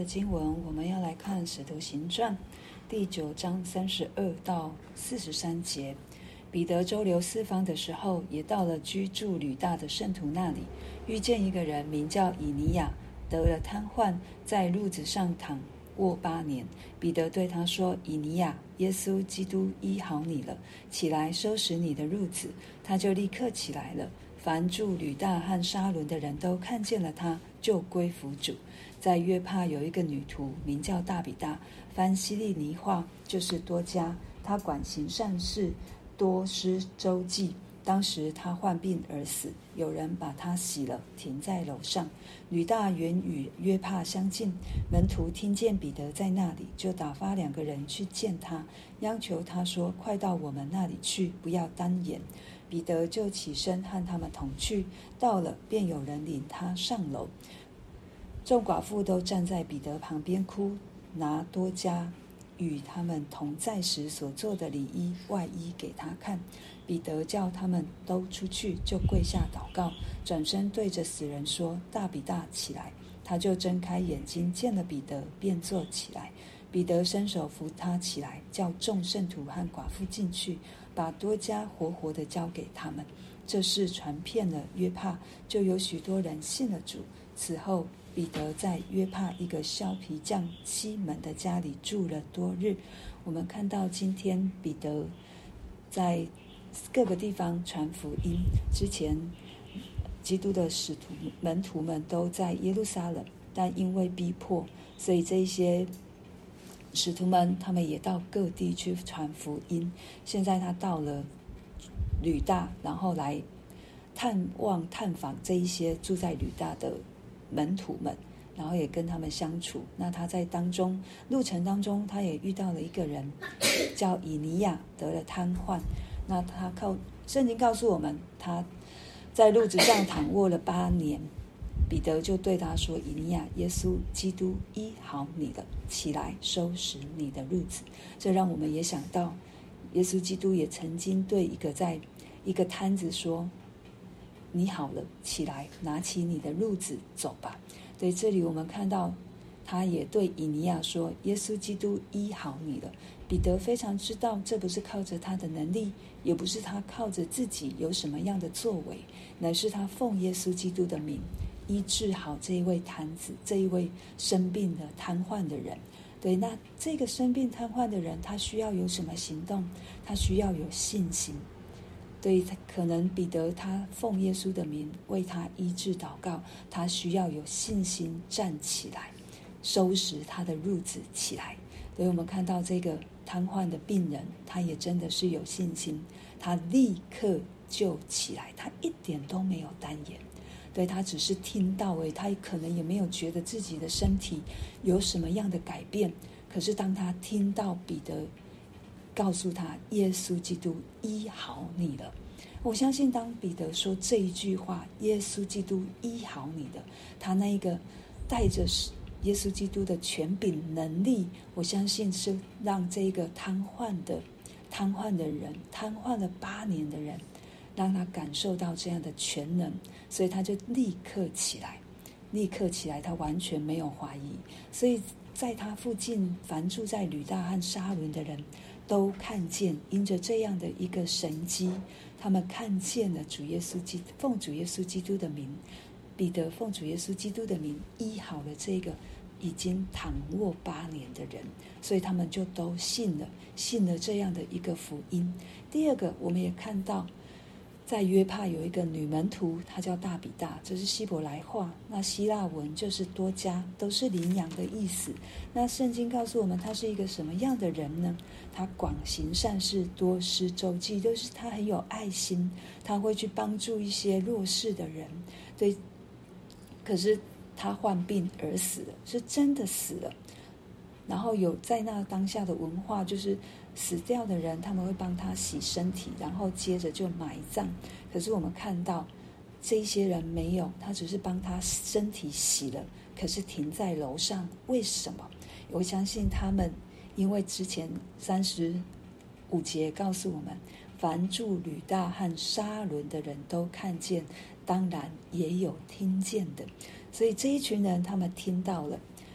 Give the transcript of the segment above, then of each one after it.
经文，我们要来看《使徒行传》第9章32到43节。彼得周流四方的时候，也到了居住吕大的圣徒那里，遇见一个人名叫以尼亚，得了瘫痪，在褥子上躺卧8年。彼得对他说：以尼亚，耶稣基督医好你了，起来收拾你的褥子。他就立刻起来了。凡住吕大和沙伦的人都看见了他，就归服主。在约帕有一个女徒，名叫大比大，翻希利尼话就是多加，她管行善事，多施周济。当时她患病而死，有人把她洗了，停在楼上。吕大原与约帕相近，门徒听见彼得在那里，就打发2个人去见他，央求他说：快到我们那里去，不要单言。彼得就起身和他们同去，到了便有人领他上楼。众寡妇都站在彼得旁边哭，拿多加与他们同在时所做的里衣外衣给他看。彼得叫他们都出去，就跪下祷告，转身对着死人说：大比大，起来。他就睁开眼睛，见了彼得，便坐起来。彼得伸手扶他起来，叫众圣徒和寡妇进去，把多加活活的交给他们。这事传遍了约帕，就有许多人信了主。此后彼得在约帕一个削皮匠西门的家里住了多日。我们看到今天彼得在各个地方传福音。之前基督的使徒门徒们都在耶路撒冷，但因为逼迫，所以这些使徒们他们也到各地去传福音。现在他到了吕大，然后来探望探访这一些住在吕大的门徒们，然后也跟他们相处。那他在路程当中，他也遇到了一个人叫以尼亚，得了瘫痪。那圣经告诉我们，他在褥子上躺卧了8年。彼得就对他说：以尼亚，耶稣基督医好你了，起来收拾你的褥子。这让我们也想到，耶稣基督也曾经对在一个摊子说：你好了，起来，拿起你的褥子走吧。对，这里我们看到他也对以尼亚说：耶稣基督医好你了。彼得非常知道，这不是靠着他的能力，也不是他靠着自己有什么样的作为，乃是他奉耶稣基督的名医治好这一位瘫子，这一位生病的瘫痪的人。对，那这个生病瘫痪的人，他需要有什么行动？他需要有信心。对，可能彼得他奉耶稣的名为他医治祷告，他需要有信心站起来，收拾他的褥子起来。所以我们看到这个瘫痪的病人，他也真的是有信心，他立刻就起来，他一点都没有单言。对，他只是听到他可能也没有觉得自己的身体有什么样的改变。可是当他听到彼得告诉他耶稣基督医好你了，我相信当彼得说这一句话，耶稣基督医好你的，他那一个带着耶稣基督的权柄能力，我相信是让这个瘫痪的人，瘫痪了8年的人，让他感受到这样的全能。所以他就立刻起来，他完全没有怀疑。所以在他附近凡住在吕大和沙伦的人都看见，因着这样的一个神迹，他们看见了奉主耶稣基督的名，彼得奉主耶稣基督的名医好了这个已经躺卧8年的人。所以他们就都信了这样的一个福音。第二个，我们也看到在约帕有一个女门徒，她叫大比大，这是希伯来话，那希腊文就是多加，都是羚羊的意思。那圣经告诉我们，她是一个什么样的人呢？她广行善事，多施周济，就是她很有爱心，她会去帮助一些弱势的人。对，可是她患病而死了，是真的死了。然后有在那当下的文化，就是死掉的人他们会帮他洗身体，然后接着就埋葬。可是我们看到这一些人没有，他只是帮他身体洗了，可是停在楼上。为什么？我相信他们因为之前35节告诉我们，凡住吕大和沙伦的人都看见，当然也有听见的。所以这一群人他们听到了，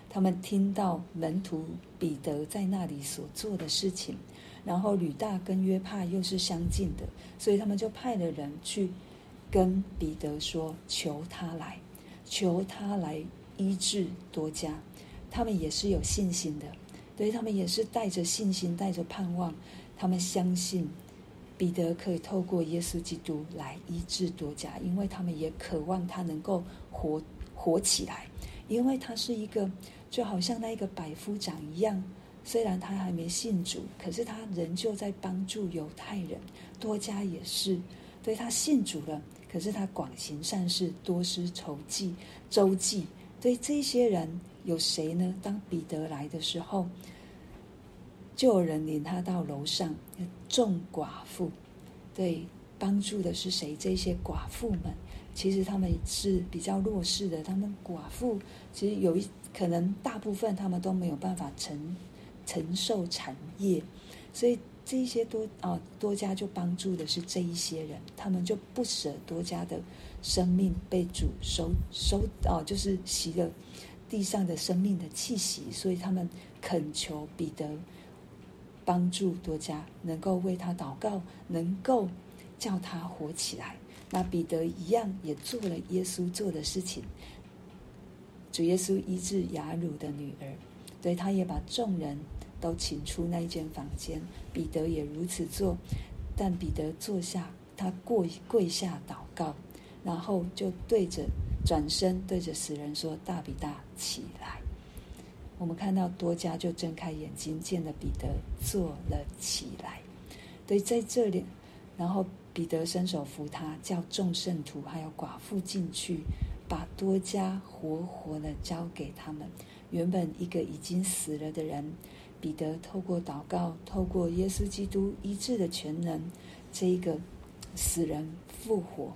他们听到门徒彼得在那里所做的事情，然后吕大跟约帕又是相近的，所以他们就派了人去跟彼得说，求他来医治多加。他们也是有信心的，对，他们也是带着信心，带着盼望，他们相信彼得可以透过耶稣基督来医治多加，因为他们也渴望他能够活起来，因为他是一个就好像那一个百夫长一样，虽然他还没信主，可是他仍旧在帮助犹太人。多加也是，对，他信主了，可是他广行善事，多施周济。对，这些人有谁呢？当彼得来的时候，就有人领他到楼上，众寡妇。对，帮助的是谁？这些寡妇们，其实他们是比较弱势的，他们寡妇其实可能大部分他们都没有办法承受产业，所以这一些多加就帮助的是这一些人，他们就不舍多加的生命被主就是洗了地上的生命的气息，所以他们恳求彼得帮助多加，能够为他祷告，能够叫他活起来。那彼得一样也做了耶稣做的事情，主耶稣医治雅鲁的女儿，对，他也把众人都请出那一间房间，彼得也如此做。但彼得坐下，他跪下祷告，然后就转身对着死人说，大比大起来。我们看到多加就睁开眼睛，见了彼得坐了起来。对，在这里，然后彼得伸手扶他，叫众圣徒还有寡妇进去，把多加活的交给他们。原本一个已经死了的人，彼得透过祷告，透过耶稣基督医治的全能，这一个死人复活。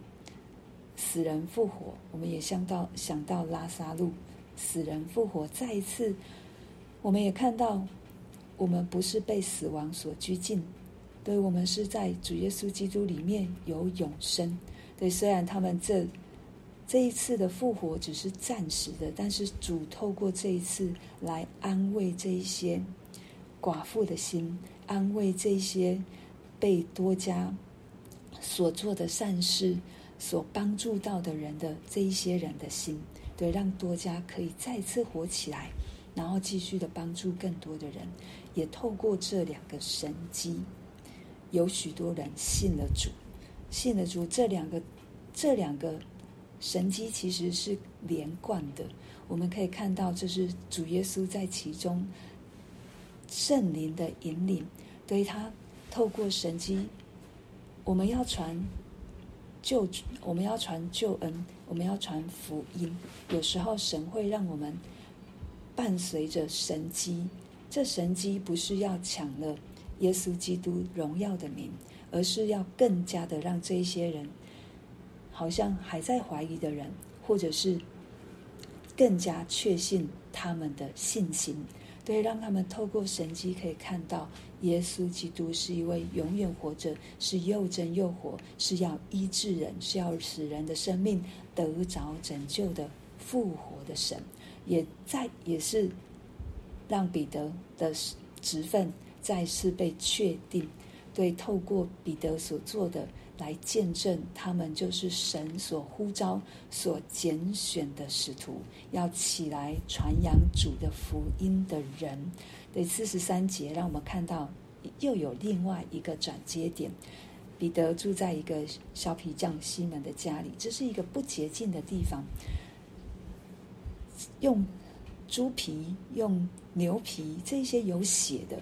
我们也想到拉撒路，死人复活。再一次，我们也看到，我们不是被死亡所拘禁，对，我们是在主耶稣基督里面有永生。对，虽然他们这一次的复活只是暂时的，但是主透过这一次来安慰这一些寡妇的心，安慰这一些被多加所做的善事所帮助到的人的这一些人的心，对，让多加可以再次活起来，然后继续的帮助更多的人。也透过这两个神迹，有许多人信了主。这两个神迹其实是连贯的，我们可以看到这是主耶稣在其中圣灵的引领，对，他透过神迹，我们要传救恩，我们要传福音。有时候神会让我们伴随着神迹，这神迹不是要抢了耶稣基督荣耀的名，而是要更加的让这一些人，好像还在怀疑的人，或者是更加确信他们的信心，对，让他们透过神迹可以看到耶稣基督是一位永远活着，是又真又活，是要医治人，是要使人的生命得着拯救的复活的神。也是让彼得的职分再次被确定，对，透过彼得所做的来见证他们就是神所呼召所拣选的使徒，要起来传扬主的福音的人。对，43节让我们看到又有另外一个转接点，彼得住在一个小皮匠西门的家里，这是一个不洁净的地方，用猪皮用牛皮这些有血的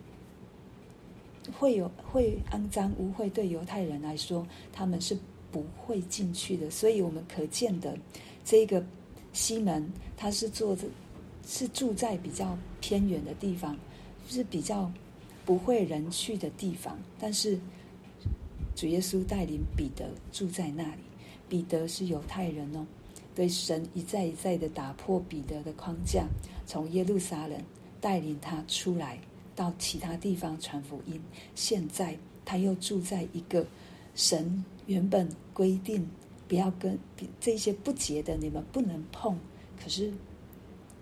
会肮脏污秽，对犹太人来说他们是不会进去的。所以我们可见的这个西门他是住在比较偏远的地方，是比较不会人去的地方，但是主耶稣带领彼得住在那里。彼得是犹太人哦，对，神一再的打破彼得的框架，从耶路撒冷带领他出来到其他地方传福音。现在他又住在一个神原本规定不要跟这些不洁的你们不能碰，可是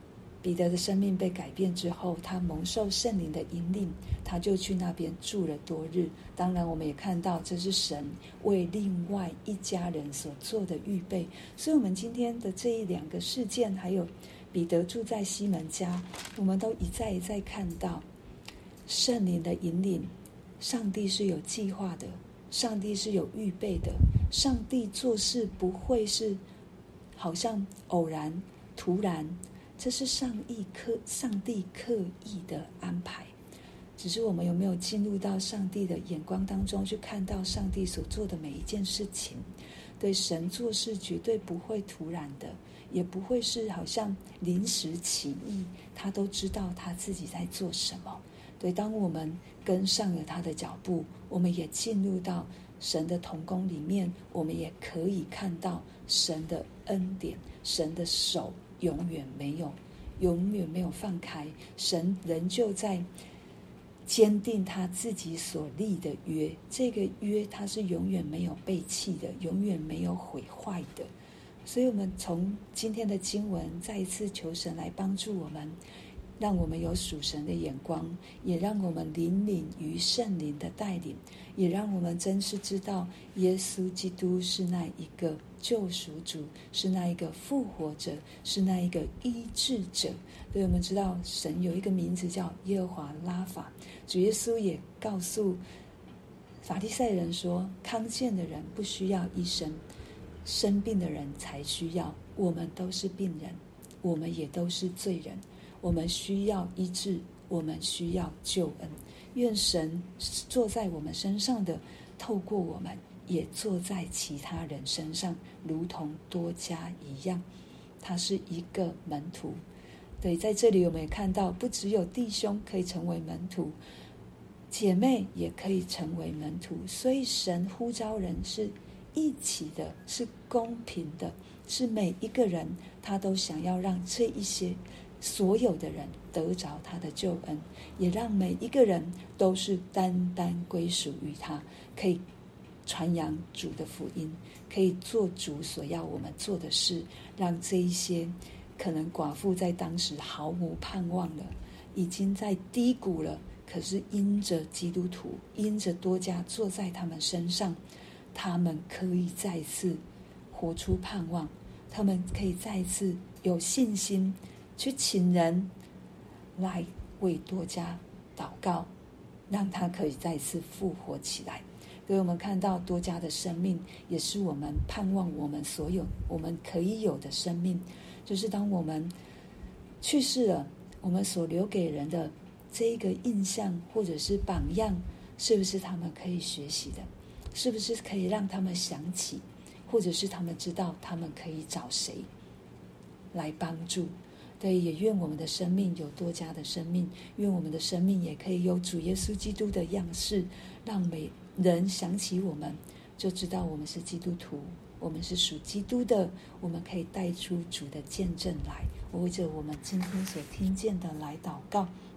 彼得的生命被改变之后，他蒙受圣灵的引领，他就去那边住了多日。当然我们也看到这是神为另外一家人所做的预备。所以我们今天的这一两个事件，还有彼得住在西门家，我们都一再一再看到圣灵的引领。上帝是有计划的，上帝是有预备的，上帝做事不会是好像偶然突然，这是上帝刻意的安排。只是我们有没有进入到上帝的眼光当中，去看到上帝所做的每一件事情。对，神做事绝对不会突然的，也不会是好像临时起意，他都知道他自己在做什么。对，当我们跟上了他的脚步，我们也进入到神的同工里面，我们也可以看到神的恩典，神的手永远没有放开，神仍旧在坚定他自己所立的约。这个约他是永远没有背弃的，永远没有毁坏的。所以我们从今天的经文再一次求神来帮助我们，让我们有属神的眼光，也让我们灵领于圣灵的带领，也让我们真是知道耶稣基督是那一个救赎主，是那一个复活者，是那一个医治者。所以我们知道神有一个名字叫耶和华拉法。主耶稣也告诉法利赛人说，康健的人不需要医生，生病的人才需要。我们都是病人，我们也都是罪人，我们需要医治，我们需要救恩。愿神坐在我们身上的，透过我们也坐在其他人身上，如同多加一样。他是一个门徒。对，在这里我们也看到，不只有弟兄可以成为门徒，姐妹也可以成为门徒。所以神呼召人是一起的，是公平的，是每一个人他都想要让这一些所有的人得着他的救恩，也让每一个人都是单单归属于他，可以传扬主的福音，可以做主所要我们做的事，让这一些可能寡妇在当时毫无盼望了，已经在低谷了，可是因着基督徒，因着多加坐在他们身上，他们可以再一次活出盼望，他们可以再一次有信心去请人来为多加祷告，让他可以再次复活起来。所以我们看到多加的生命，也是我们盼望我们所有我们可以有的生命。就是当我们去世了，我们所留给人的这一个印象或者是榜样，是不是他们可以学习的？是不是可以让他们想起，或者是他们知道他们可以找谁来帮助？对，也愿我们的生命有多加的生命，愿我们的生命也可以有主耶稣基督的样式，让每人想起我们，就知道我们是基督徒，我们是属基督的，我们可以带出主的见证来。我为着我们今天所听见的来祷告。